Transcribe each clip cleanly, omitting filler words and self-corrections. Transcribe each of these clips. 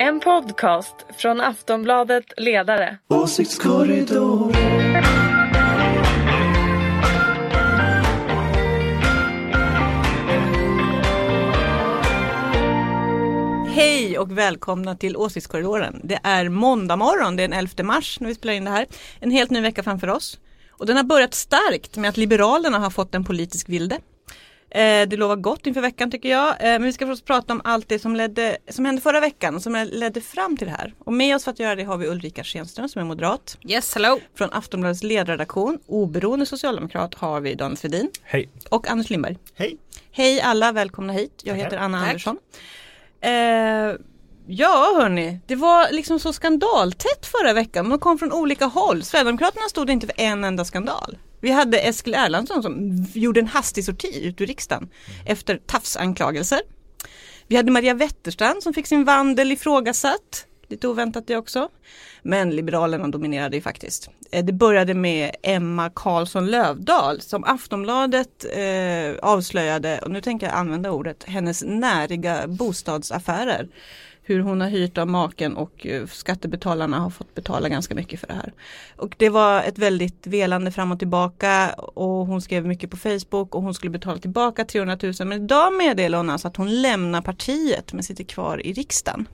En podcast från Aftonbladet Ledare. Åsiktskorridor. Hej och välkomna till Åsiktskorridoren. Det är måndag morgon, det är den 11 mars när vi spelar in det här. En helt ny vecka framför oss. Och den har börjat starkt med att Liberalerna har fått en politisk vilde. Det lovar gott inför veckan tycker jag. Men vi ska förstås prata om allt det som hände förra veckan och som ledde fram till det här. Och med oss för att göra det har vi Ulrika Schenström som är moderat. Yes, hello. Från Aftonbladets ledarredaktion, oberoende socialdemokrat, har vi Dan Fredin. Hej. Och Anders Lindberg. Hej. Hej alla, välkomna hit. Jag heter Anna Tack. Andersson. Ja hörni, det var liksom så skandaltätt förra veckan. De kom från olika håll. Sverigedemokraterna stod inte för en enda skandal. Vi hade Eskil Erlandsson som gjorde en hastig sorti ut ur riksdagen efter tafsanklagelser. Vi hade Maria Wetterstrand som fick sin vandel ifrågasatt. Lite oväntat det också. Men Liberalerna dominerade ju faktiskt. Det började med Emma Karlsson Lövdahl som Aftonbladet avslöjade, och nu tänker jag använda ordet, hennes näriga bostadsaffärer. Hur hon har hyrt av maken och skattebetalarna har fått betala ganska mycket för det här. Och det var ett väldigt velande fram och tillbaka och hon skrev mycket på Facebook och hon skulle betala tillbaka 300 000. Men idag meddelade hon alltså att hon lämnar partiet men sitter kvar i riksdagen.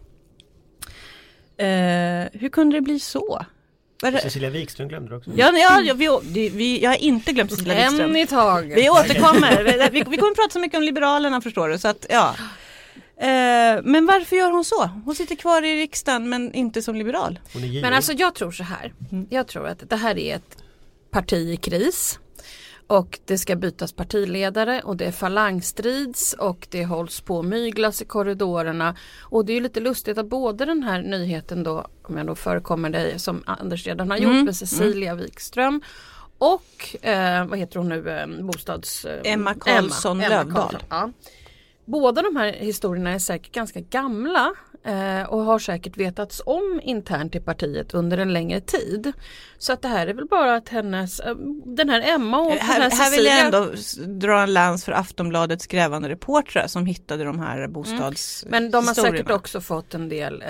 Hur kunde det bli så? Cecilia Wikström glömde det också. Jag har inte glömt Cecilia Wikström. En i taget. Vi återkommer. Vi kommer att prata så mycket om Liberalerna, förstår du. Så att, ja. Men varför gör hon så? Hon sitter kvar i riksdagen men inte som liberal. Men alltså jag tror så här. Jag tror att det här är ett parti i kris. Och det ska bytas partiledare och det är falangstrids och det hålls på myglas i korridorerna. Och det är ju lite lustigt att både den här nyheten då, om jag då förekommer dig som Anders redan har gjort med Cecilia Wikström och vad heter hon nu, Emma Karlsson Lövdahl. Ja. Båda de här historierna är säkert ganska gamla och har säkert vetats om internt i partiet under en längre tid. Så att det här är väl bara att den här Emma och den här Cecilia... Här vill jag ändå dra en lans för Aftonbladets grävande reportrar som hittade de här bostadshistorierna. Men de har säkert också fått en del...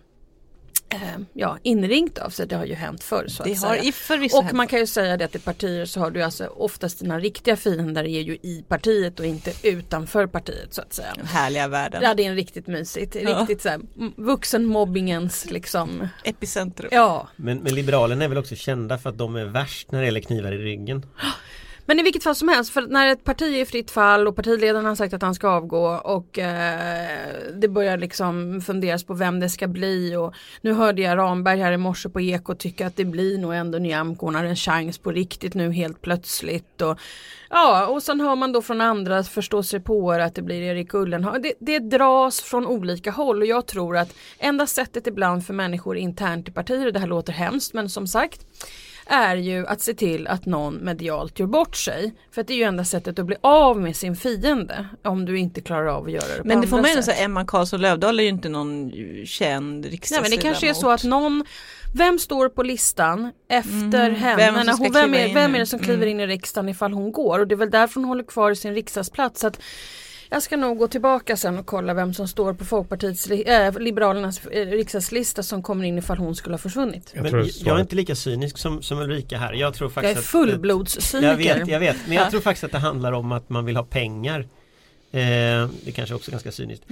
inringt av sig, det har ju hänt förr så att säga. Och man kan ju säga det att i partier så har du alltså oftast dina riktiga fiender är ju i partiet och inte utanför partiet så att säga. Den härliga världen. Ja, det är riktigt mysigt. Riktigt så här, vuxenmobbingens liksom epicentrum. Ja. Men Liberalerna är väl också kända för att de är värst när det gäller knivar i ryggen. Men i vilket fall som helst, för när ett parti är i fritt fall och partiledaren har sagt att han ska avgå och det börjar liksom funderas på vem det ska bli och nu hörde jag Ramberg här i morse på Eko tycka att det blir nog ändå Nyamko, hon har en chans på riktigt nu helt plötsligt och sen hör man då från andra förstå sig på att det blir Erik Ullenhag. Det dras från olika håll och jag tror att enda sättet ibland för människor internt i partier, det här låter hemskt men som sagt är ju att se till att någon medialt gör bort sig. För att det är ju enda sättet att bli av med sin fiende om du inte klarar av att göra det på men det får man ju säga, Emma Karlsson Lövdahl är ju inte någon känd riksdagsledamot. Nej, men det kanske är så att någon, vem står på listan efter henne? Vem är det som kliver in i riksdagen ifall hon går? Och det är väl därför hon håller kvar i sin riksdagsplats. Så att jag ska nog gå tillbaka sen och kolla vem som står på Folkpartiets Liberalernas riksdagslista som kommer in ifall hon skulle ha försvunnit. Men jag är inte lika cynisk som Ulrika här. Jag tror faktiskt jag är fullblodscyniker. Jag vet. Men jag tror faktiskt att det handlar om att man vill ha pengar. Det kanske också är ganska cyniskt.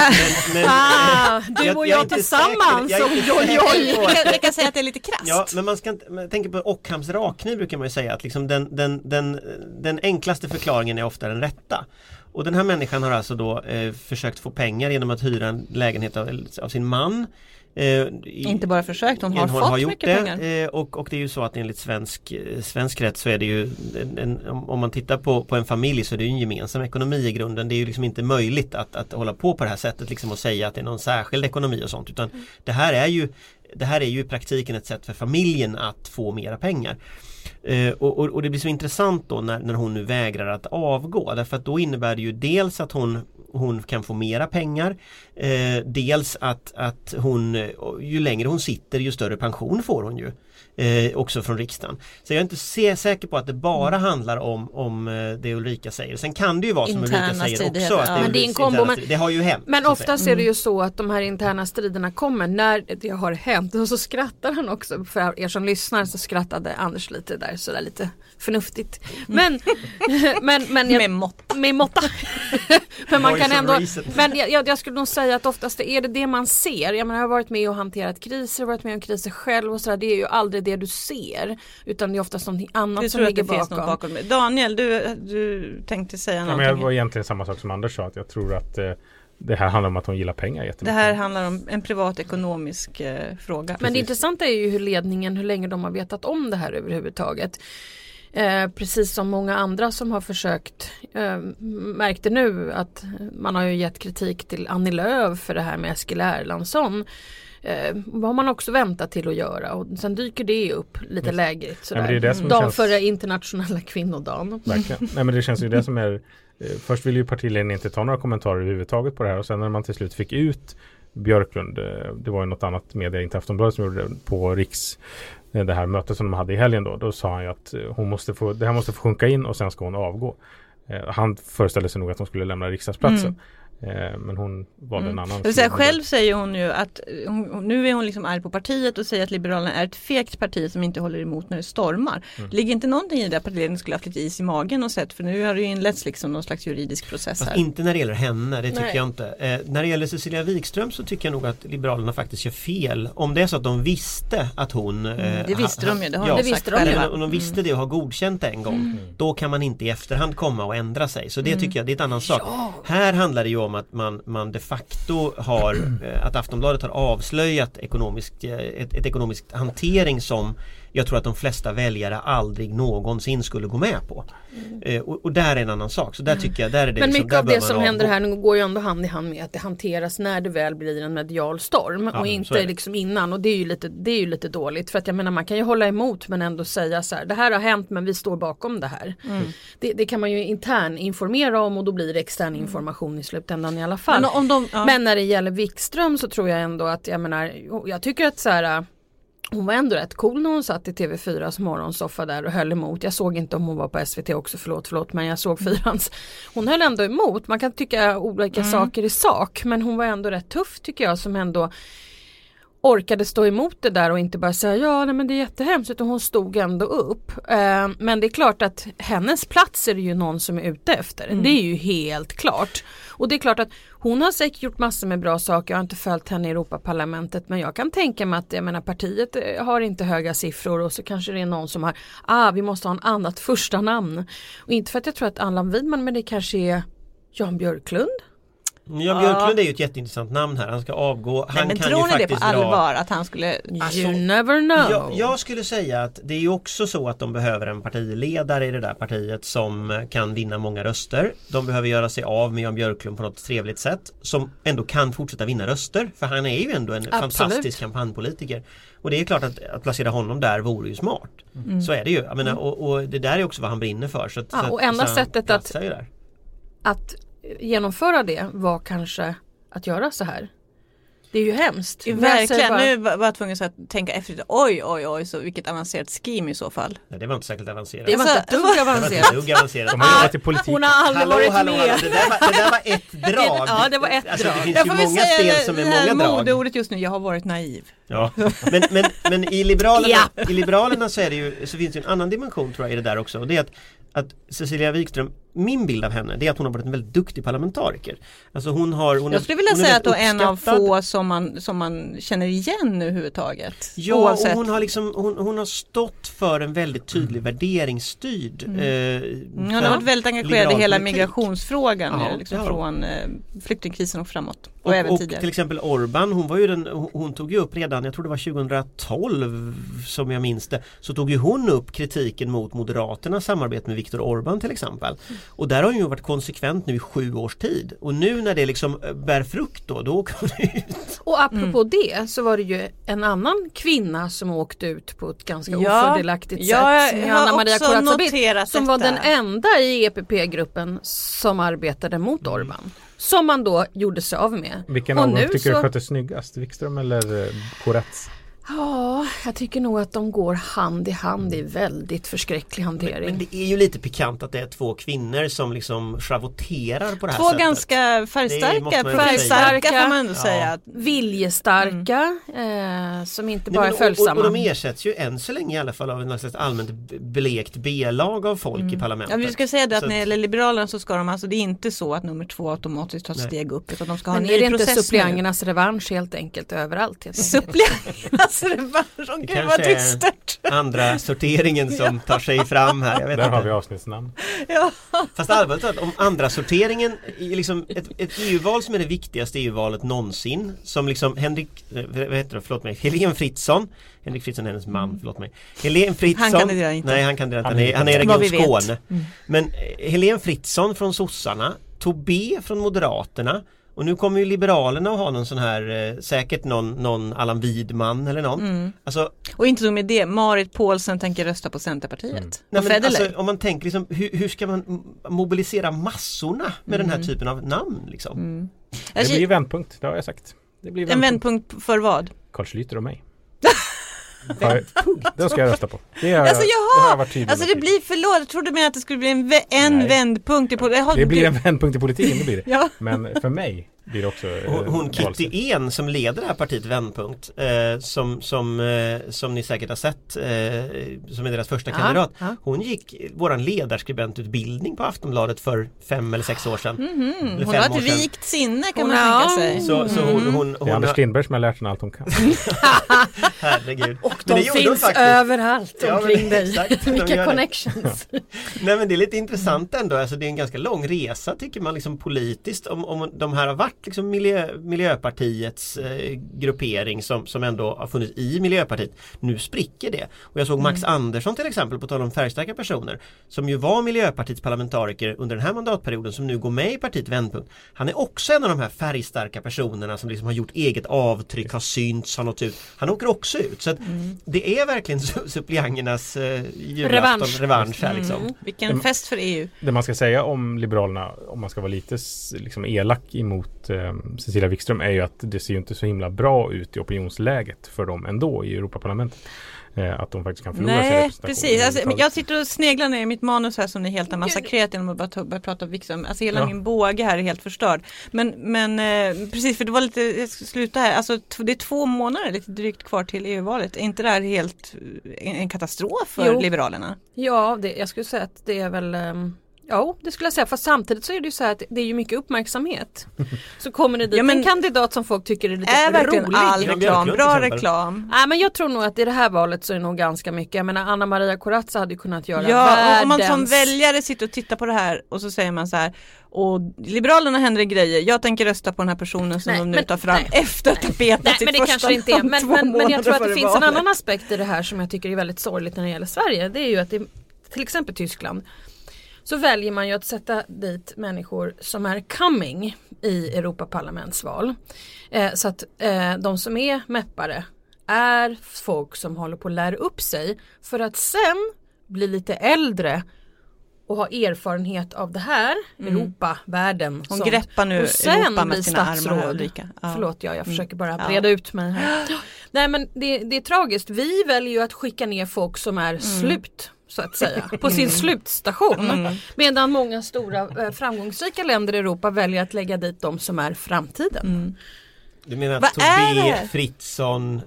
Du och jag tillsammans. Jag kan säga att det är lite krasst. Ja, men man ska inte tänka på Ockhams rakkniv brukar man ju säga att liksom den enklaste förklaringen är ofta den rätta. Och den här människan har alltså då försökt få pengar genom att hyra en lägenhet av sin man. Inte bara försökt, hon har fått mycket pengar. Och det är ju så att enligt svensk rätt så är det ju om man tittar på en familj så är det ju en gemensam ekonomi i grunden. Det är ju liksom inte möjligt att hålla på det här sättet liksom och säga att det är någon särskild ekonomi och sånt, utan det här är ju i praktiken ett sätt för familjen att få mera pengar. Och det blir så intressant då när hon nu vägrar att avgå, därför att då innebär det ju dels att hon hon kan få mera pengar. Dels att hon, ju längre hon sitter ju större pension får hon ju. Också från riksdagen. Så jag är inte säker på att det bara handlar om det Ulrika säger. Sen kan det ju vara som Ulrika säger också. Att men det är en kombo. Det har ju hänt. Men oftast är det ju så att de här interna striderna kommer när det har hänt. Och så skrattar han också. För er som lyssnar så skrattade Anders lite där. Så där lite förnuftigt. Men med måtta. Men man kan ändå. Men jag skulle nog säga att oftast är det man ser. Jag menar, jag har varit med och hanterat kriser. Varit med om kriser själv och sådär. Det är ju aldrig det du ser, utan det är oftast någonting annat som ligger bakom. Daniel, du tänkte säga någonting. Men det var egentligen samma sak som Anders sa, att jag tror att det här handlar om att hon gillar pengar jättemycket. Det här handlar om en privatekonomisk fråga. Men det intressanta är ju hur länge de har vetat om det här överhuvudtaget. Precis som många andra som har försökt märkte nu att man har ju gett kritik till Annie Lööf för det här med Eskil Erlandsson. Vad har man också väntat till att göra, och sen dyker det upp lite lägligt sådär. Dag före internationella kvinnodagen. Verkligen. Nej, men det känns ju det som är först vill ju partiledningen inte ta några kommentarer överhuvudtaget på det här, och sen när man till slut fick ut Björklund, det var ju något annat media, inte Aftonbladet, som gjorde det på Riks, det här mötet som de hade i helgen då sa han ju att det här måste få sjunka in och sen ska hon avgå. Han föreställde sig nog att hon skulle lämna riksdagsplatsen. Men hon valde en annan. Själv säger hon ju att nu är hon liksom arg på partiet och säger att Liberalerna är ett fegt parti som inte håller emot när det stormar. Ligger inte någonting i det att partiledningen skulle ha haft lite is i magen och sett, för nu har det ju inletts liksom någon slags juridisk process här. Fast inte när det gäller henne, det tycker jag inte. När det gäller Cecilia Wikström så tycker jag nog att Liberalerna faktiskt gör fel. Om det är så att de visste att hon... det visste de ju, det har de sagt själva. Om de visste det och har godkänt det en gång, då kan man inte i efterhand komma och ändra sig. Så det tycker jag, det är ett annan sak. Här handlar det ju om att man de facto har att Aftonbladet har avslöjat ett ekonomiskt hantering som jag tror att de flesta väljare aldrig någonsin skulle gå med på. Och där är en annan sak. Så där tycker jag, där är det. Men liksom, mycket av det som händer här nu går ju ändå hand i hand med att det hanteras när det väl blir en medial storm och inte liksom innan. Och det är ju lite dåligt, för att jag menar, man kan ju hålla emot men ändå säga så här: det här har hänt men vi står bakom det här. Det kan man ju intern informera om, och då blir det extern information i slutändan i alla fall. Men när det gäller Wikström så tror jag ändå att, jag tycker att så här, hon var ändå rätt cool när hon satt i TV4s morgonsoffa där och höll emot. Jag såg inte om hon var på SVT också, förlåt, men jag såg 4ans. Hon höll ändå emot. Man kan tycka olika saker i sak, men hon var ändå rätt tuff tycker jag, som ändå orkade stå emot det där och inte bara säga men det är jättehemskt, utan hon stod ändå upp. Men det är klart att hennes plats är det ju någon som är ute efter. Det är ju helt klart. Och det är klart att hon har säkert gjort massor med bra saker. Jag har inte följt henne i Europaparlamentet, men jag kan tänka mig att partiet har inte höga siffror, och så kanske det är någon som har vi måste ha en annat första namn. Och inte för att jag tror att Allan Widman, men det kanske är Jan Björklund. Ja, Björklund är ju ett jätteintressant namn här. Han ska avgå. Han men kan tror ju ni det på allvar att han skulle... You never know. Jag skulle säga att det är ju också så att de behöver en partiledare i det där partiet som kan vinna många röster. De behöver göra sig av med Jan Björklund på något trevligt sätt, som ändå kan fortsätta vinna röster. För han är ju ändå en fantastisk kampanjpolitiker. Och det är klart att placera honom där vore ju smart. Så är det ju. Jag menar, och det där är också vad han brinner för. Så och enda sättet att genomföra det var kanske att göra så här. Det är ju hemskt. Verkligen, nu var jag tvungen att tänka efter. Oj, så vilket avancerat scheme i så fall. Nej, det var inte särskilt avancerat. Det var inte ett dugg avancerat. De har varit i politik. Hon har aldrig varit med. Det där var ett drag. Ja, det var ett drag. Det finns ju många spel som är många drag. Modeordet just nu, jag har varit naiv. Ja. Men i Liberalerna så är det ju, så finns det en annan dimension tror jag i det där också. Och det är att Cecilia Wikström, min bild av henne, det är att hon har varit en väldigt duktig parlamentariker. Alltså jag skulle vilja säga att hon är en av få som man känner igen överhuvudtaget. Ja, oavsett. Och hon har stått för en väldigt tydlig värderingsstyrd hon har varit väldigt engagerad i hela migrationsfrågan från flyktingkrisen och framåt. Och även tidigare. Till exempel Orban, hon tog ju upp redan, jag tror det var 2012 som jag minns det, så tog ju hon upp kritiken mot Moderaternas samarbete med Viktor Orban till exempel. Och där har hon ju varit konsekvent nu i 7 års tid. Och nu när det liksom bär frukt då åker hon ut. Och apropå det så var det ju en annan kvinna som åkte ut på ett ganska ofördelaktigt sätt. Anna Maria Corazza Bildt, som var den enda i EPP-gruppen som arbetade mot Orbán. Som man då gjorde sig av med. Vilken av dem tycker du sköter snyggast? Wikström eller Corazza? Ja, jag tycker nog att de går hand i hand i väldigt förskräcklig hantering. Men det är ju lite pikant att det är 2 kvinnor som liksom schavoterar på det här sättet. 2 ganska färgstarka får man ändå säga. Viljestarka, som inte bara är följsamma. Och de ersätts ju än så länge i alla fall av en slags allmänt blekt B-lag av folk i parlamentet. Ja, vi ska säga det att när det gäller Liberalerna så ska de, alltså det är inte så att nummer 2 automatiskt tar steg upp, utan de ska ha en ny process. Men är det inte suppleanternas revansch helt enkelt överallt? Suppleanternas revansch, gud vad dystert. Andra sorteringen som tar sig fram här. Jag vet där inte. har vi avsnittsnamn. Ja. Fast allvarligt att om andra sorteringen är liksom ett EU-val som är det viktigaste EU-valet någonsin, som liksom Helene Fritzon, Henrik Fritzon är hennes man, förlåt mig. Helene Fritzon, han kandiderar inte. Nej, han kandiderar inte. Han är Region Skåne. Men Helene Fritzon från Sossarna, Tobé från Moderaterna. Och nu kommer ju Liberalerna att ha någon sån här, säkert någon Allan Widman eller någon. Alltså, och inte nog med det, Marit Paulsen tänker rösta på Centerpartiet. Nej, men alltså, om man tänker liksom, hur ska man mobilisera massorna med den här typen av namn liksom? Det blir vändpunkt, det har jag sagt. Det blir en vändpunkt för vad? Carl Schlyter och mig. Det ska jag rösta på. Det har varit tydligt. Alltså det blir förlåt. Jag trodde med att det skulle bli en vändpunkt. Det blir en vändpunkt i politiken, det blir det. Ja. Men för mig blir det också hon Kitty En som leder det här partiet Vändpunkt, som ni säkert har sett, som är deras första kandidat. Hon gick våran ledarskribentutbildning på Aftonbladet för 5 eller 6 år sedan. Hon har ett vikt sinne, kan man tänka sig. Så hon det är Anders Lindberg som har lärt sig allt hon kan. Herregud. Och de finns överallt omkring dig. Exakt, vilka connections. Nej, men det är lite intressant ändå. Alltså, det är en ganska lång resa tycker man liksom politiskt. Om de här har varit liksom Miljöpartiets gruppering som ändå har funnits i Miljöpartiet. Nu spricker det. Och jag såg Max Andersson till exempel, på tal om färgstarka personer, som ju var Miljöpartiets parlamentariker under den här mandatperioden, som nu går med i partiet Vändpunkt. Han är också en av de här färgstarka personerna som liksom har gjort eget avtryck, har synts, har nått ut. Han åker också ut. Så att det är verkligen suppleanternas revansch här liksom. Vilken fest för EU. Det man ska säga om Liberalerna, om man ska vara lite liksom elak emot Cecilia Wikström, är ju att det ser ju inte så himla bra ut i opinionsläget för dem ändå i Europaparlamentet. Att de faktiskt kan förlora sin representation. Precis. Alltså, jag sitter och sneglar ner i mitt manus här som ni helt har massakrerat genom att bara prata om Wikström. Alltså hela min båge här är helt förstörd. Men precis, för det var lite, jag ska sluta här. Alltså det är 2 månader lite drygt kvar till EU-valet. Är inte det här helt en katastrof för Liberalerna? Ja, jag skulle säga att det är väl... Ja, det skulle jag säga. Fast samtidigt så är det ju så här att det är ju mycket uppmärksamhet. Så kommer det dit en kandidat som folk tycker är lite rolig. Är verkligen all reklam, bra reklam? Nej, men jag tror nog att i det här valet så är det nog ganska mycket. Jag menar, Anna Maria Corazza hade ju kunnat göra världens... om man som väljare sitter och tittar på det här och så säger man så här: och Liberalerna händer grejer, jag tänker rösta på den här personen som de nu tar fram efter att ha betat sitt första kanske inte är. Men jag tror att det finns en annan aspekt i det här som jag tycker är väldigt sorgligt när det gäller Sverige. Det är ju att det, till exempel Tyskland, så väljer man ju att sätta dit människor som är coming i Europaparlamentsval. Så att de som är meppare är folk som håller på att lära upp sig för att sen bli lite äldre och ha erfarenhet av det här, Europavärlden. Hon greppar nu Europa med sina armar, Ulrika. Förlåt, jag försöker bara breda ut mig här. Nej, men det är tragiskt. Vi väljer ju att skicka ner folk som är slut, så att säga, på sin slutstation. Medan många stora framgångsrika länder i Europa väljer att lägga dit de som är framtiden. Du menar att Tobé, Fritzon...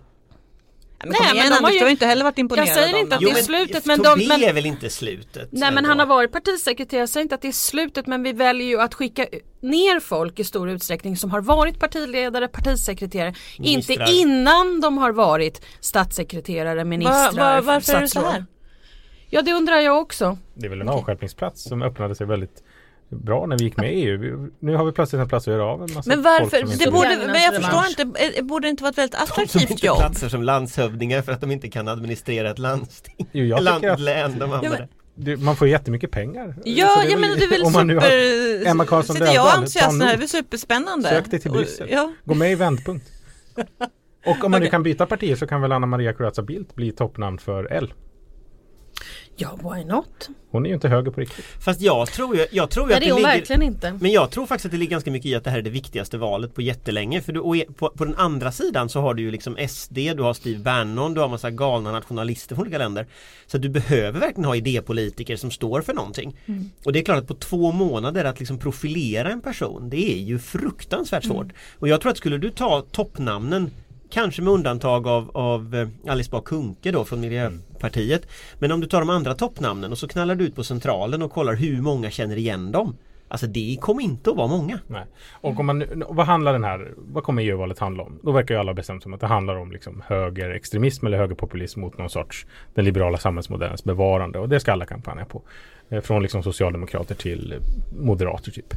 Men de har ju inte heller varit imponerade. Jag säger inte att det är slutet, men Tobé är väl inte slutet. Nej, men han har varit partisekreterare. Jag säger inte att det är slutet, men vi väljer ju att skicka ner folk i stor utsträckning som har varit partiledare, partisekreterare, ministrar. Inte innan de har varit statssekreterare, ministrar. Varför är det så här? Ja, det undrar jag också. Det är väl en avskärpningsplats som öppnade sig väldigt bra när vi gick med i EU. Nu har vi plötsligt en plats att göra av en massa. Men varför? Folk Men jag förstår inte, borde det inte vara ett väldigt attraktivt jobb? Platser som landshövdingar för att de inte kan administrera ett landsting. Jo, jag tycker län, de man får jättemycket pengar. Ja, jag menar det är väl om man nu har Emma Karlsson Sitter jag entusiast, det här är väl superspännande. Sök dig till Bryssel. Ja. Gå med i Vändpunkt. Och om man nu kan byta partier så kan väl Anna Maria Corazza Bildt bli toppnamn för L. Ja, why not? Hon är ju inte höger på riktigt. Fast jag tror Nej, att det är hon verkligen inte. Men jag tror faktiskt att det ligger ganska mycket i att det här är det viktigaste valet på jättelänge. För på den andra sidan så har du ju liksom SD, du har Steve Bannon, du har massa galna nationalister från olika länder. Så du behöver verkligen ha idépolitiker som står för någonting. Och det är klart att på 2 månader att liksom profilera en person, det är ju fruktansvärt svårt. Och jag tror att skulle du ta toppnamnen, kanske med undantag av Alice Bah Kuhnke då från Miljöpartiet. Men om du tar de andra toppnamnen och så knallar du ut på centralen och kollar hur många känner igen dem. Alltså det kommer inte att vara många. Nej. Och vad kommer EU-valet handla om? Då verkar ju alla bestämt som att det handlar om liksom högerextremism eller högerpopulism mot någon sorts den liberala samhällsmodellens bevarande. Och det ska alla kampanja på. Från liksom socialdemokrater till moderater typ.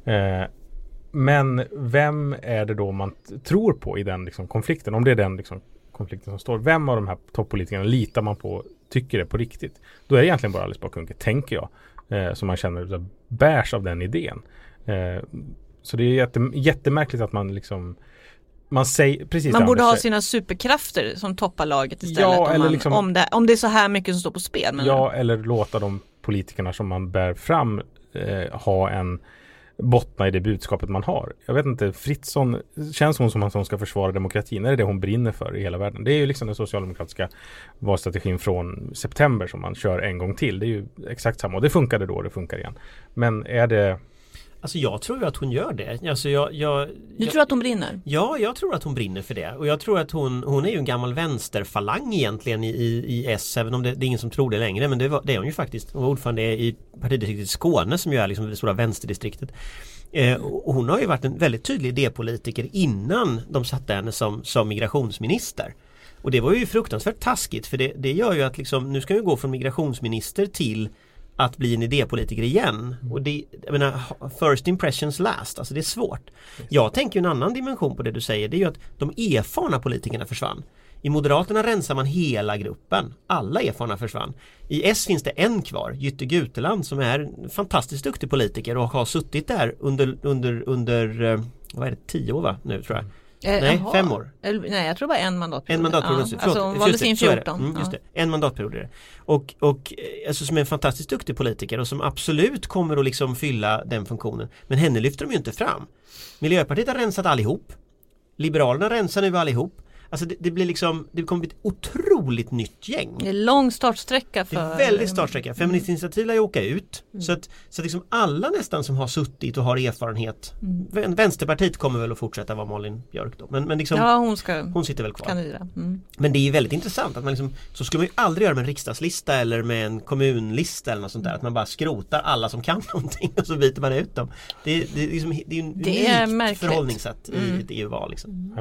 Men vem är det då man tror på i den liksom konflikten? Om det är den liksom konflikten som står. Vem av de här toppolitikerna litar man på, tycker det på riktigt? Då är det egentligen bara Alice Bah Kuhnke, tänker jag. Som man känner bärs av den idén. Så det är jättemärkligt att man liksom man säger precis. Man borde ha sina superkrafter som toppar laget istället. Ja, eller om det är så här mycket som står på spel. Ja, eller låta de politikerna som man bär fram ha en bottna i det budskapet man har. Jag vet inte, Fritzson, känns hon som att hon ska försvara demokratin? Är det det hon brinner för i hela världen? Det är ju liksom den socialdemokratiska valstrategin från september som man kör en gång till. Det är ju exakt samma. Och det funkade då, det funkar igen. Men är det... Alltså jag tror ju att hon gör det. Alltså du tror att hon brinner? Ja, jag tror att hon brinner för det. Och jag tror att hon är ju en gammal vänsterfalang egentligen i S, även om det är ingen som tror det längre. Men det är hon ju faktiskt. Hon var ordförande i partidistriktet Skåne som ju är liksom det stora vänsterdistriktet. Och hon har ju varit en väldigt tydlig idépolitiker innan de satte henne som migrationsminister. Och det var ju fruktansvärt taskigt, för det gör ju att liksom, nu ska vi gå från migrationsminister till att bli en idépolitiker igen. Och det, jag menar, first impressions last, alltså det är svårt. Jag tänker en annan dimension på det du säger, det är ju att de erfarna politikerna försvann. I Moderaterna rensar man hela gruppen. Alla erfarna försvann. I S finns det en kvar, Jytte Guteland, som är en fantastiskt duktig politiker och har suttit där under vad är det, 10 år va? Nu tror jag. Nej, 5 år. Nej, jag tror bara en mandatperiod. En mandatperiod. Ja, alltså hon valdes in 14. Just det. En mandatperiod är det. Och alltså, som är en fantastiskt duktig politiker och som absolut kommer att liksom fylla den funktionen. Men henne lyfter de ju inte fram. Miljöpartiet har rensat allihop. Liberalerna rensar nu allihop. Alltså det blir liksom, det kommer bli ett otroligt nytt gäng. Det är lång startsträcka för... Det är väldigt startsträcka. Feministinitiativ lär ju åka ut. Så att liksom alla nästan som har suttit och har erfarenhet. Vänsterpartiet kommer väl att fortsätta vara Malin Björk då. Men liksom, ja, hon sitter väl kvar. Kandidera. Men det är ju väldigt intressant att man liksom, så skulle man ju aldrig göra med en riksdagslista eller med en kommunlista eller något sånt där. Att man bara skrotar alla som kan någonting och så byter man ut dem. Det är ju ett unikt förhållningssätt i ett EU-val liksom.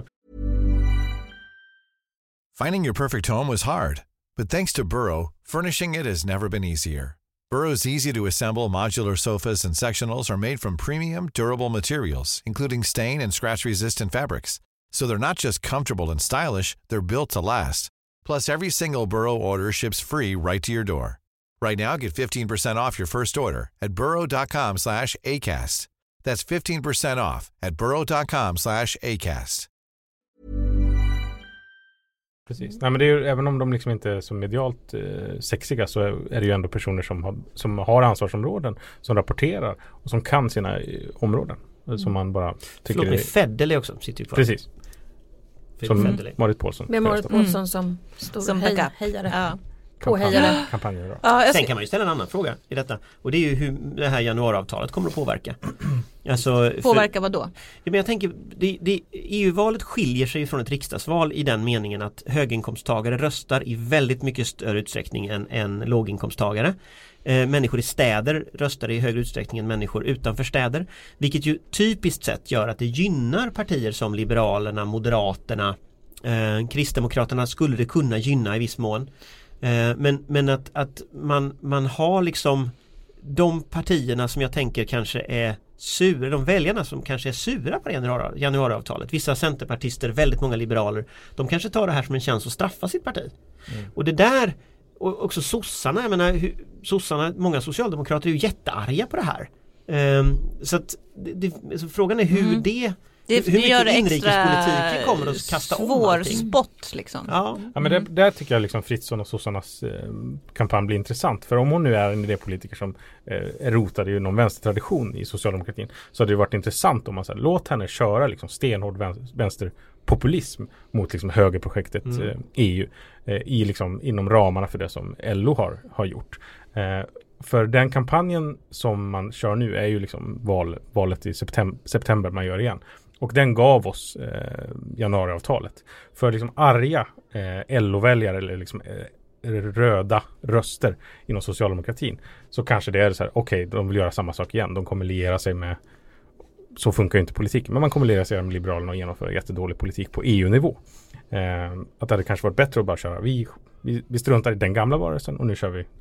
Finding your perfect home was hard, but thanks to Burrow, furnishing it has never been easier. Burrow's easy-to-assemble modular sofas and sectionals are made from premium, durable materials, including stain and scratch-resistant fabrics. So they're not just comfortable and stylish, they're built to last. Plus, every single Burrow order ships free right to your door. Right now, get 15% off your first order at burrow.com/ACAST. That's 15% off at burrow.com/ACAST. Precis. Nej, men det är ju, även om de liksom inte är så medialt sexiga, så är det ju ändå personer som har ansvarsområden, som rapporterar och som kan sina områden. Som man bara tycker är... Fedele också sitter ju kvar. Precis. Som Marit Paulsson. Med Marit Paulsson som hejare. Ja. Kampanjer. Sen kan man ju ställa en annan fråga i detta. Och det är ju hur det här januariavtalet kommer att påverka. Alltså, påverka vad då? Ja, men jag tänker, EU-valet skiljer sig från ett riksdagsval i den meningen att höginkomsttagare röstar i väldigt mycket större utsträckning än låginkomsttagare. Människor i städer röstar i högre utsträckning än människor utanför städer. Vilket ju typiskt sett gör att det gynnar partier som Liberalerna, Moderaterna, Kristdemokraterna skulle det kunna gynna i viss mån. Men att man har liksom de partierna som jag tänker kanske är sura, de väljarna som kanske är sura på januariavtalet. Vissa centerpartister, väldigt många liberaler, de kanske tar det här som en chans att straffa sitt parti. Och det där, och också sossarna, jag menar, många socialdemokrater är ju jättearga på det här. Så att så frågan är hur hur mycket inrikespolitiken kommer att kasta om allting. Svår spott liksom. Ja, men där tycker jag liksom Fritzson och sossarnas kampanj blir intressant. För om hon nu är en idépolitiker som är rotad i någon vänstertradition i socialdemokratin, så hade det varit intressant om man säger, låt henne köra liksom stenhård vänsterpopulism mot liksom högerprojektet EU i liksom inom ramarna för det som LO har gjort. För den kampanjen som man kör nu är ju liksom valet i september man gör igen. Och den gav oss januariavtalet. För liksom arga LO-väljare eller liksom röda röster inom socialdemokratin, så kanske det är så här, okej, de vill göra samma sak igen. De kommer liera sig med, så funkar ju inte politiken, men man kommer liera sig med Liberalerna och genomföra jättedålig politik på EU-nivå. Att det hade kanske varit bättre att bara köra, vi struntar i den gamla varelsen och nu kör vi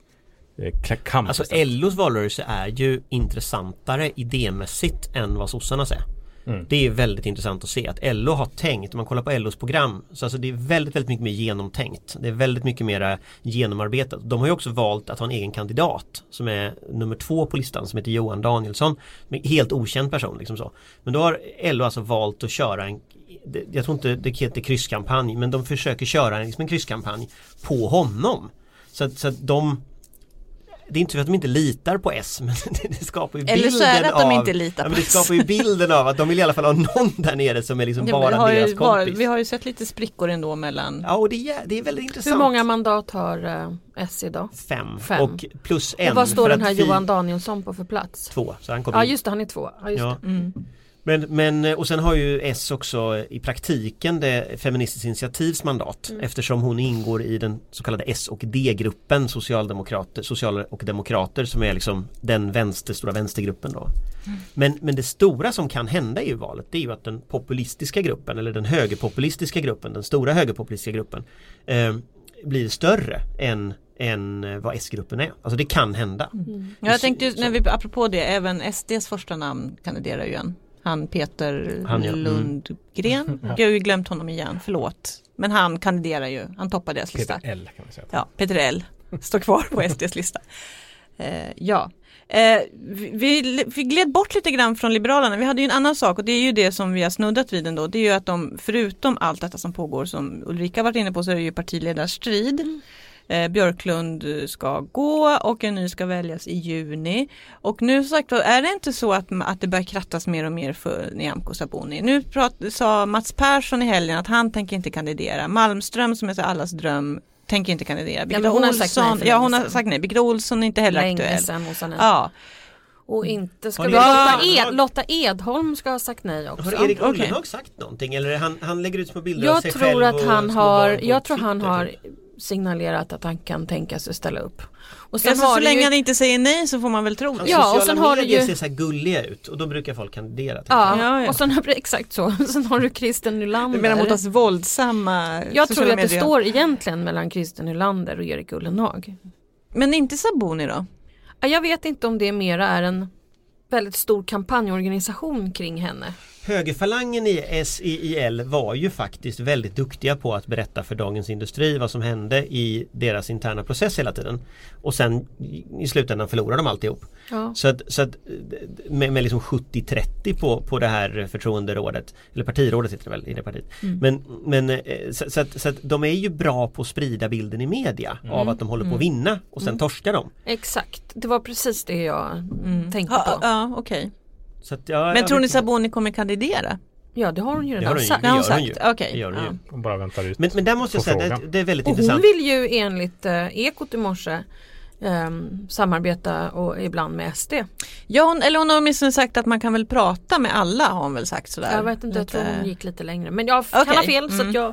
kamp. Alltså LOs valrörelse är ju intressantare idémässigt än vad sossarnas är. Det är väldigt intressant att se att LO har tänkt, om man kollar på LOs program, så alltså det är väldigt, väldigt mycket mer genomtänkt. Det är väldigt mycket mer genomarbetat. De har ju också valt att ha en egen kandidat som är nummer 2 på listan, som heter Johan Danielsson, helt okänd person liksom så. Men då har LO alltså valt att köra jag tror inte det heter krysskampanj, men de försöker köra liksom en krysskampanj på honom. Så att det är inte så att de inte litar på S, men det skapar ju bilden av... Eller så är det att de inte litar på S. Det skapar ju bilden av att de vill i alla fall ha någon där nere som är liksom bara deras kompis. Vi har ju sett lite sprickor ändå mellan... Ja, och det är väldigt intressant. Hur många mandat har S idag? 5. Och plus 1. Och vad står den här Johan Danielsson på för plats? 2. Så han ja, just det, han är 2. Ja, just det. Men och sen har ju S också i praktiken det Feministiskt initiativs mandat, eftersom hon ingår i den så kallade S- och D-gruppen sociala och demokrater, som är liksom den stora vänstergruppen då. Men det stora som kan hända i valet, det är ju att den populistiska gruppen, eller den högerpopulistiska gruppen, den stora högerpopulistiska gruppen blir större än vad S-gruppen är. Alltså det kan hända. Jag tänkte just, apropå det, även SDs första namn kandiderar ju igen. Han Peter Lundgren. Jag har ju glömt honom igen, förlåt. Men han kandiderar ju, han toppar deras lista. Peter L kan man säga. Ja, Peter L står kvar på SDs lista. Vi gled bort lite grann från Liberalerna. Vi hade ju en annan sak, och det är ju det som vi har snuddat vid ändå. Det är ju att de, förutom allt detta som pågår, som Ulrika varit inne på, så är det ju partiledarstrid. Björklund ska gå och en ny ska väljas i juni. Och nu sagt, är det inte så att det börjar krattas mer och mer för Nyamko Sabuni? Nu sa Mats Persson i helgen att han tänker inte kandidera. Malmström, som är så allas dröm, tänker inte kandidera. Birgitta hon Olsson, hon har sagt nej. Birgitta Olsson är inte heller aktuell. Ja. Och inte ska Lotta Edholm ska ha sagt nej också. Har Erik Ullenhag sagt någonting? Eller han lägger ut små bilder av sig själv? Jag tror han har signalerat att han kan tänka sig ställa upp. Och sen så länge han inte säger nej så får man väl tro det. Ja, och sen har det ser så här gulliga ut och då brukar folk kandidera. Och sen har exakt så. Sen har du Kristen Nylander. Du menar mot oss våldsamma. Jag tror att det står egentligen mellan Kristen Nylander och Erik Ullenhag. Men inte Sabuni då? Jag vet inte om det mera är en väldigt stor kampanjorganisation kring henne. Högerfalangen i SIL var ju faktiskt väldigt duktiga på att berätta för Dagens Industri vad som hände i deras interna process hela tiden. Och sen i slutändan förlorade de alltihop. Ja. Så att med liksom 70-30 på det här förtroenderådet, eller partirådet heter det väl i det partiet. Men så att de är ju bra på att sprida bilden i media av att de håller på att vinna och sen torskar de. Exakt, det var precis det jag tänkte på. Ja, okej. Okay. Men tror ni Sabuni kommer kandidera? Ja, det har hon ju redan sagt. Det gör hon ju. Hon bara väntar ut. Men där måste jag säga att det är väldigt intressant. Hon vill ju enligt Ekot i morse samarbeta och ibland med SD. Ja, hon har åtminstone sagt att man kan väl prata med alla, har hon väl sagt sådär. Jag vet inte, jag tror hon gick lite längre. Men jag kan ha fel så att jag...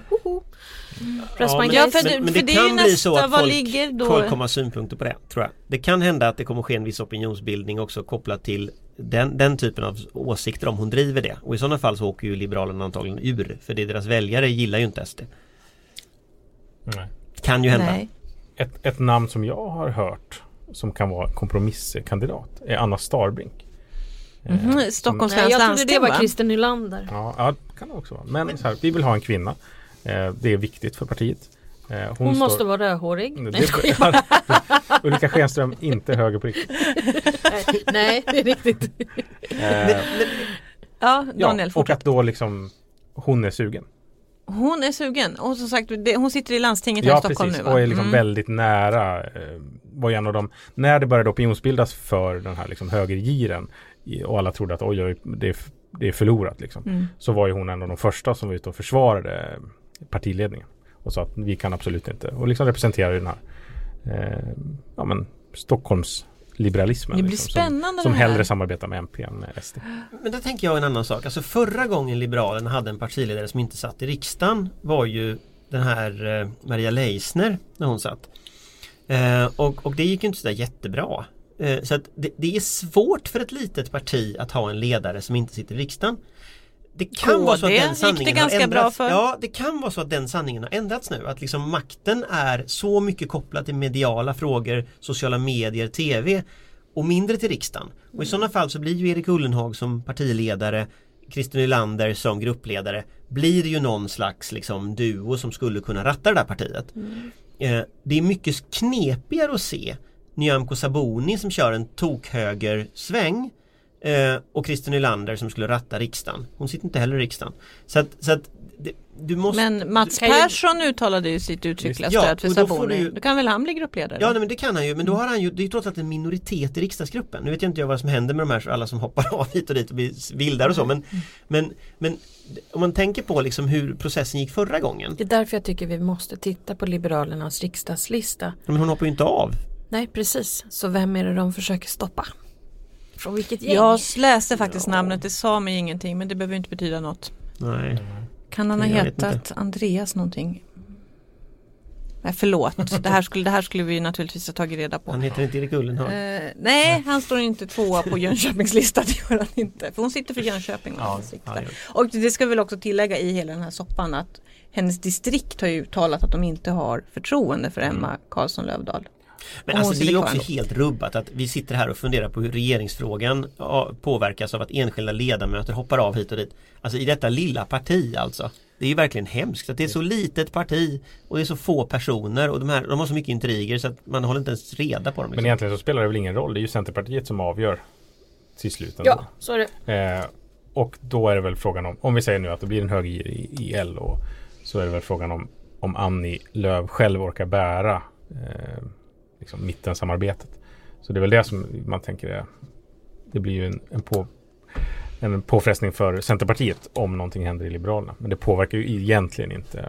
Men det kan bli så att folk kommer ha synpunkter på det, tror jag. Det kan hända att det kommer ske en viss opinionsbildning också kopplat till den typen av åsikter om hon driver det. Och i sådana fall så åker ju Liberalerna antagligen ur. För deras väljare gillar ju inte SD. Nej. Kan ju hända. Nej. Ett namn som jag har hört som kan vara kompromisskandidat är Anna Starbrink. Stockholms läns landsting. Jag trodde det var Kristen Nylander. Ja, kan det också vara. Men så här, vi vill ha en kvinna. Det är viktigt för partiet. Hon måste vara rödhårig. Ulrika Schenström, inte höger på riktigt. Nej, det är riktigt. Ja, Daniel, och att då liksom hon är sugen. Hon är sugen. Och som sagt, hon sitter i landstinget här i Stockholm precis. nu. Va? Och är liksom väldigt nära. Var en av dem, när det började opinionsbildas för den här liksom högergiren och alla trodde att oj, det är förlorat liksom. Så var ju hon en av de första som var ute och försvarade partiledningen. Och sa att vi kan absolut inte. Och liksom representerar den här Stockholms liberalismen. Det blir liksom, spännande som det här. hellre samarbetar med MP än med SD. Men då tänker jag en annan sak. Alltså förra gången Liberalerna hade en partiledare som inte satt i riksdagen var ju den här Maria Leisner när hon satt. Och det gick ju inte så där jättebra. Så att det är svårt för ett litet parti att ha en ledare som inte sitter i riksdagen. Det kan vara så att den sanningen har ändrats. Ja, det kan vara så att den sanningen har ändrats nu. Att liksom makten är så mycket kopplad till mediala frågor, sociala medier, tv och mindre till riksdagen. Och i sådana fall så blir ju Erik Ullenhag som partiledare, Christer Nylander som gruppledare, blir det ju någon slags liksom duo som skulle kunna ratta det där partiet. Det är mycket knepigare att se Nyamko Sabuni som kör en tokhögersväng och Christer Nylander som skulle ratta riksdagen. Hon sitter inte heller i riksdagen. Så att du måste... Men Mats Persson uttalade ju sitt uttryckliga stöd för Sabuni. Då kan väl han bli gruppledare? Ja, nej, men det kan han ju. Men då har han ju, det är ju trots allt en minoritet i riksdagsgruppen. Nu vet jag inte vad som händer med de här alla som hoppar av hit och dit och blir vildare och så. Men om man tänker på liksom hur processen gick förra gången. Det är därför jag tycker vi måste titta på Liberalernas riksdagslista. Men hon hoppar ju inte av. Nej, precis. Så vem är det de försöker stoppa? Från vilket gäng? Jag läste faktiskt namnet, det sa mig ingenting, men det behöver inte betyda något. Nej. Kan han ha hetat Andreas någonting? Nej, förlåt. Det här skulle vi naturligtvis ha tagit reda på. Han heter inte Erik Ullenhag. Nej, han står inte 2 på Jönköpings lista, det gör han inte. För hon sitter för Jönköping. Och det ska väl också tillägga i hela den här soppan att hennes distrikt har ju uttalat att de inte har förtroende för Emma Karlsson Lövdahl. Men alltså det är också helt rubbat att vi sitter här och funderar på hur regeringsfrågan påverkas av att enskilda ledamöter hoppar av hit och dit. Alltså i detta lilla parti alltså. Det är ju verkligen hemskt att det är så litet parti och det är så få personer och de har så mycket intriger så att man håller inte ens reda på dem. Liksom. Men egentligen så spelar det väl ingen roll. Det är ju Centerpartiet som avgör till slut. Ja, så är det. Och då är det väl frågan om vi säger nu att det blir en hög i L och så är det väl frågan om Annie Lööf själv orkar bära liksom mittensamarbetet. Så det är väl det som man tänker är, det blir ju en påfrestning för Centerpartiet om någonting händer i Liberalerna. Men det påverkar ju egentligen inte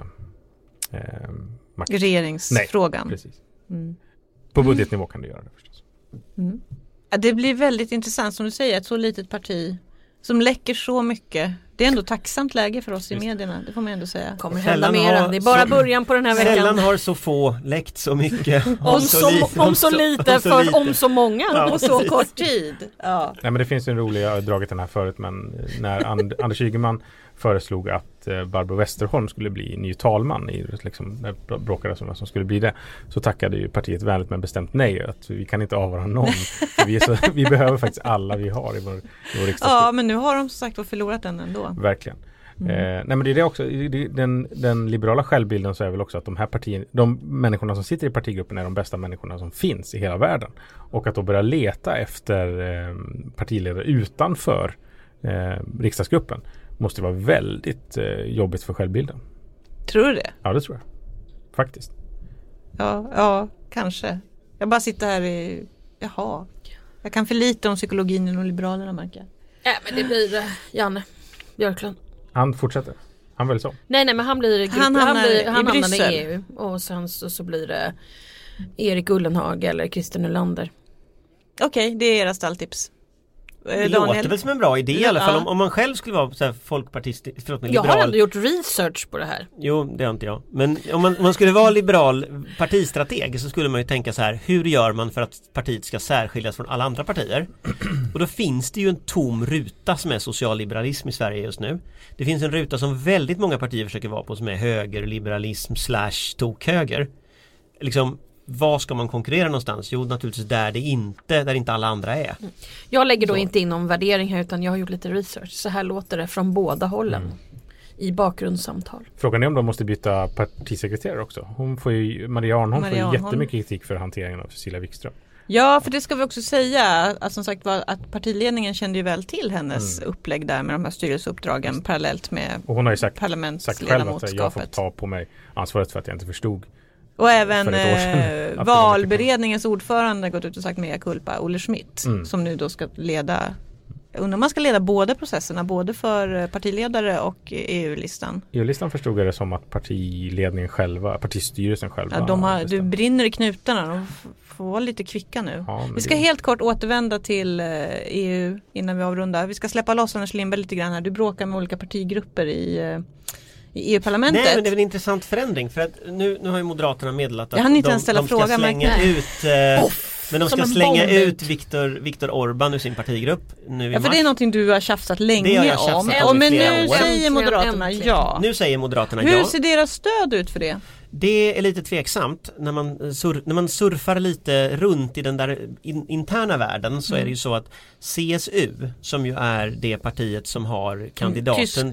regeringsfrågan. Nej, precis. På budgetnivå kan det göra det förstås. Ja, det blir väldigt intressant som du säger, ett så litet parti som läcker så mycket. Det är ändå tacksamt läge för oss i medierna, det får man ändå säga. Kommer hända mera. Det är bara början på den här veckan. Sällan har så få läckt så mycket. om så lite för om så många. Ja, och så kort tid. Ja. Nej, men det finns en rolig, jag har dragit den här förut, men när Anders Ygeman föreslog att Barbro Westerholm skulle bli ny talman när bråkade som som skulle bli det, så tackade ju partiet vänligt men bestämt nej, att vi kan inte avvara någon. vi behöver faktiskt alla vi har i vår riksdagsgrupp. Ja, men nu har de som sagt förlorat den ändå. Verkligen. Nej, men det är det också, den liberala självbilden så är väl också att de här partierna, de människorna som sitter i partigruppen är de bästa människorna som finns i hela världen. Och att då börja leta efter partiledare utanför riksdagsgruppen måste vara väldigt jobbigt för självbilden. Tror du det? Ja, det tror jag. Faktiskt. Ja, kanske. Jag bara sitter här jag kan för lite om psykologin inom Liberalerna, märker jag. Ja, men det blir Janne Björklund. Han fortsätter. Han väl så? Nej, men han blir han hamnar i EU och sen så blir det Erik Ullenhag eller Christer Nylander. Okej, det är era stalltips. Det låter väl som en bra idé i alla fall. Om man själv skulle vara så här folkpartist, liberal. Jag har ändå gjort research på det här. Jo, det har inte jag. Men om man skulle vara liberal partistrateg så skulle man ju tänka så här: hur gör man för att partiet ska särskiljas från alla andra partier? Och då finns det ju en tom ruta som är socialliberalism i Sverige just nu. Det finns en ruta som väldigt många partier försöker vara på som är högerliberalism / tokhöger. Liksom, vad ska man konkurrera någonstans? Jo, naturligtvis där inte alla andra är. Jag lägger då inte in någon värdering här, utan jag har gjort lite research. Så här låter det från båda hållen. i bakgrundssamtal. Frågan är om de måste byta partisekreterare också. Maria Arnholm får ju jättemycket kritik för hanteringen av Cecilia Wikström. Ja, för det ska vi också säga att som sagt var att partiledningen kände ju väl till hennes upplägg där med de här styrelseuppdragen parallellt med och hon har ju sagt själv att jag får ta på mig ansvaret för att jag inte förstod. Och även valberedningens ordförande gått ut och sagt mea culpa, Olle Schmidt, som nu då ska leda, undrar om man ska leda båda processerna, både för partiledare och EU-listan. EU-listan förstod jag det som att partiledningen själva, partistyrelsen själva. Ja, du brinner i knutarna, de får vara lite kvicka nu. Ja, vi ska helt kort återvända till EU innan vi avrundar. Vi ska släppa loss Anders Lindberg lite grann här. Du bråkar med olika partigrupper i EU-parlamentet. Nej, men det är en intressant förändring för att nu har ju Moderaterna meddelat att de ska slänga ut men de ska slänga ut Viktor Orbán ur sin partigrupp nu i mars. För det är någonting du har tjafsat länge om. Men nu säger Moderaterna ja. Nu säger Moderaterna ja. Hur ser deras stöd ut för det? Det är lite tveksamt när man surfar lite runt i den där interna världen så är det ju så att CSU som ju är det partiet som har kandidaten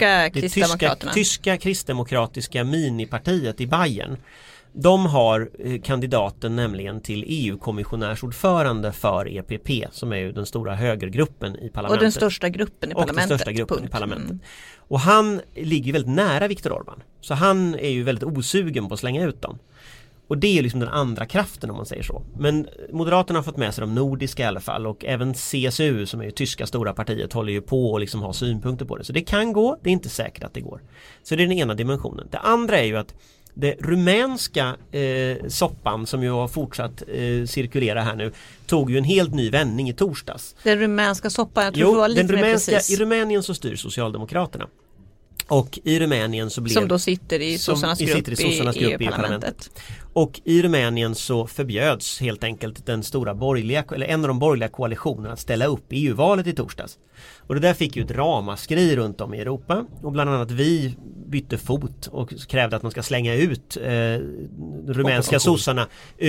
tyska kristdemokratiska minipartiet i Bayern. De har kandidaten nämligen till EU-kommissionärsordförande för EPP som är ju den stora högergruppen i parlamentet. Och den största gruppen i parlamentet. Och han ligger väldigt nära Viktor Orbán. Så han är ju väldigt osugen på att slänga ut dem. Och det är liksom den andra kraften om man säger så. Men Moderaterna har fått med sig de nordiska i alla fall. Och även CSU som är ju tyska stora partiet håller ju på och liksom har synpunkter på det. Så det kan gå, det är inte säkert att det går. Så det är den ena dimensionen. Det andra är ju att det rumänska soppan som ju har fortsatt cirkulera här nu tog ju en helt ny vändning i torsdags. Den rumänska soppan, jag tror det var lite mer precis. I Rumänien så styr Socialdemokraterna. Och i Rumänien så blev... Som då sitter i sossarnas grupp i EU-parlamentet. Och i Rumänien så förbjöds helt enkelt en av de borgerliga koalitionerna att ställa upp i EU-valet i torsdags. Och det där fick ju ett ramaskri runt om i Europa. Och bland annat vi bytte fot och krävde att man ska slänga ut rumänska sossarna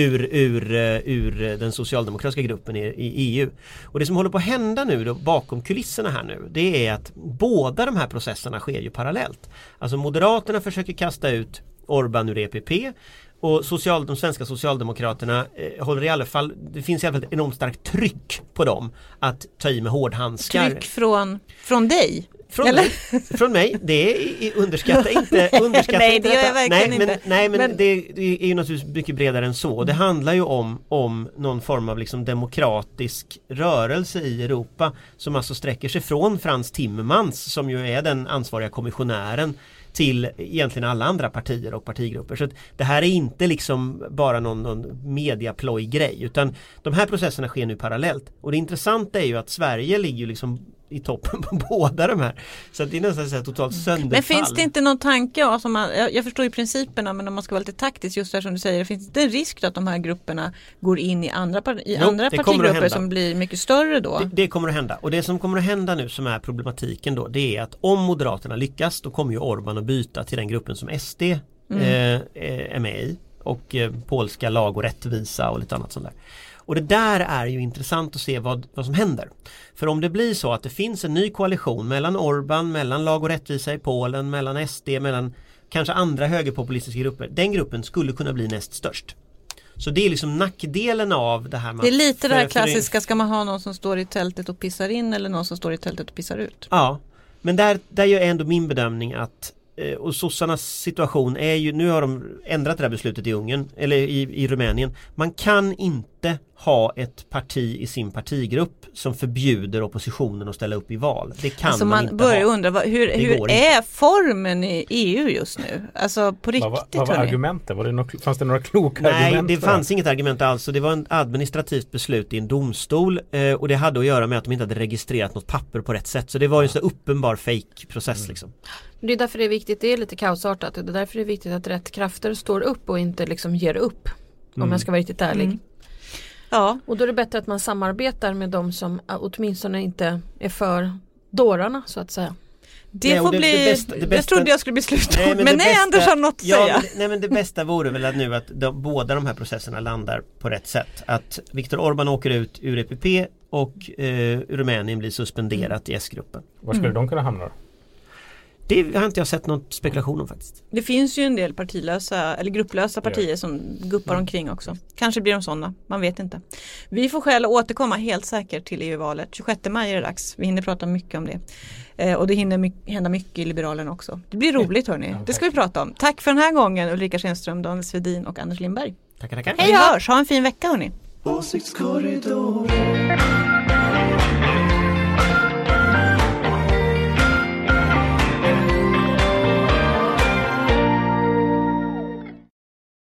ur den socialdemokratiska gruppen i EU. Och det som håller på att hända nu då, bakom kulisserna här nu, det är att båda de här processerna sker ju parallellt. Alltså Moderaterna försöker kasta ut Orbán ur EPP och de svenska socialdemokraterna håller i alla fall, det finns i alla fall ett enormt starkt tryck på dem att ta i med hårdhandskar. Tryck från dig? Från mig, det är underskatta inte nej, det gör jag verkligen inte. Nej, men det är ju naturligtvis mycket bredare än så. Det handlar ju om någon form av liksom demokratisk rörelse i Europa som alltså sträcker sig från Frans Timmermans som ju är den ansvariga kommissionären till egentligen alla andra partier och partigrupper. Så att det här är inte liksom bara någon mediaploj-grej utan de här processerna sker nu parallellt. Och det intressanta är ju att Sverige ligger ju liksom i toppen på båda de här. Så att det är nästan så här totalt sönderfall. Men finns det inte någon tanke, alltså jag förstår ju principerna men om man ska vara lite taktisk just där som du säger, det finns inte en risk att de här grupperna går in i andra partigrupper som blir mycket större då? Det kommer att hända. Och det som kommer att hända nu som är problematiken då, det är att om Moderaterna lyckas då kommer ju Orbán att byta till den gruppen som SD är med i och polska lag och rättvisa och lite annat sånt där. Och det där är ju intressant att se vad som händer. För om det blir så att det finns en ny koalition mellan Orbán, mellan lag och rättvisa i Polen, mellan SD, mellan kanske andra högerpopulistiska grupper. Den gruppen skulle kunna bli näst störst. Så det är liksom nackdelen av det här. Det är lite det här klassiska, ska man ha någon som står i tältet och pissar in eller någon som står i tältet och pissar ut? Ja, men där gör ändå min bedömning att och sossarnas situation är ju, nu har de ändrat det här beslutet i Ungern eller i Rumänien. Man kan inte ha ett parti i sin partigrupp som förbjuder oppositionen att ställa upp i val. Det kan alltså man inte börjar undra, hur är formen i EU just nu? Alltså på riktigt. Vad var argumentet? Fanns det några kloka argument? Nej, det fanns inget argument alls. Det var ett administrativt beslut i en domstol och det hade att göra med att de inte hade registrerat något papper på rätt sätt. Så det var ju en så uppenbar fake-process liksom. Det är därför det är viktigt, det är lite kaosartat. Det är därför det är viktigt att rätt krafter står upp och inte liksom ger upp. Om jag ska vara riktigt ärlig. Ja. Och då är det bättre att man samarbetar med de som åtminstone inte är för dårarna så att säga. Det får bli, det bästa, jag trodde jag skulle bli slut. Men Anders har något att säga. Men det bästa vore väl att nu att båda de här processerna landar på rätt sätt. Att Viktor Orbán åker ut ur EPP och Rumänien blir suspenderat i S-gruppen. Var skulle de kunna hamna då? Det har inte jag sett någon spekulation om faktiskt. Det finns ju en del partilösa eller grupplösa partier som guppar omkring också. Kanske blir de sådana, man vet inte. Vi får skäl att återkomma helt säkert till EU-valet. 26 maj är det dags. Vi hinner prata mycket om det. Och det hinner hända mycket i Liberalen också. Det blir roligt hörni. Det ska vi prata om. Tack för den här gången Ulrika Schenström, Daniel Svedin och Anders Lindberg. Tackar. Hej hörs, ha en fin vecka hörni. Åsiktskorridoren.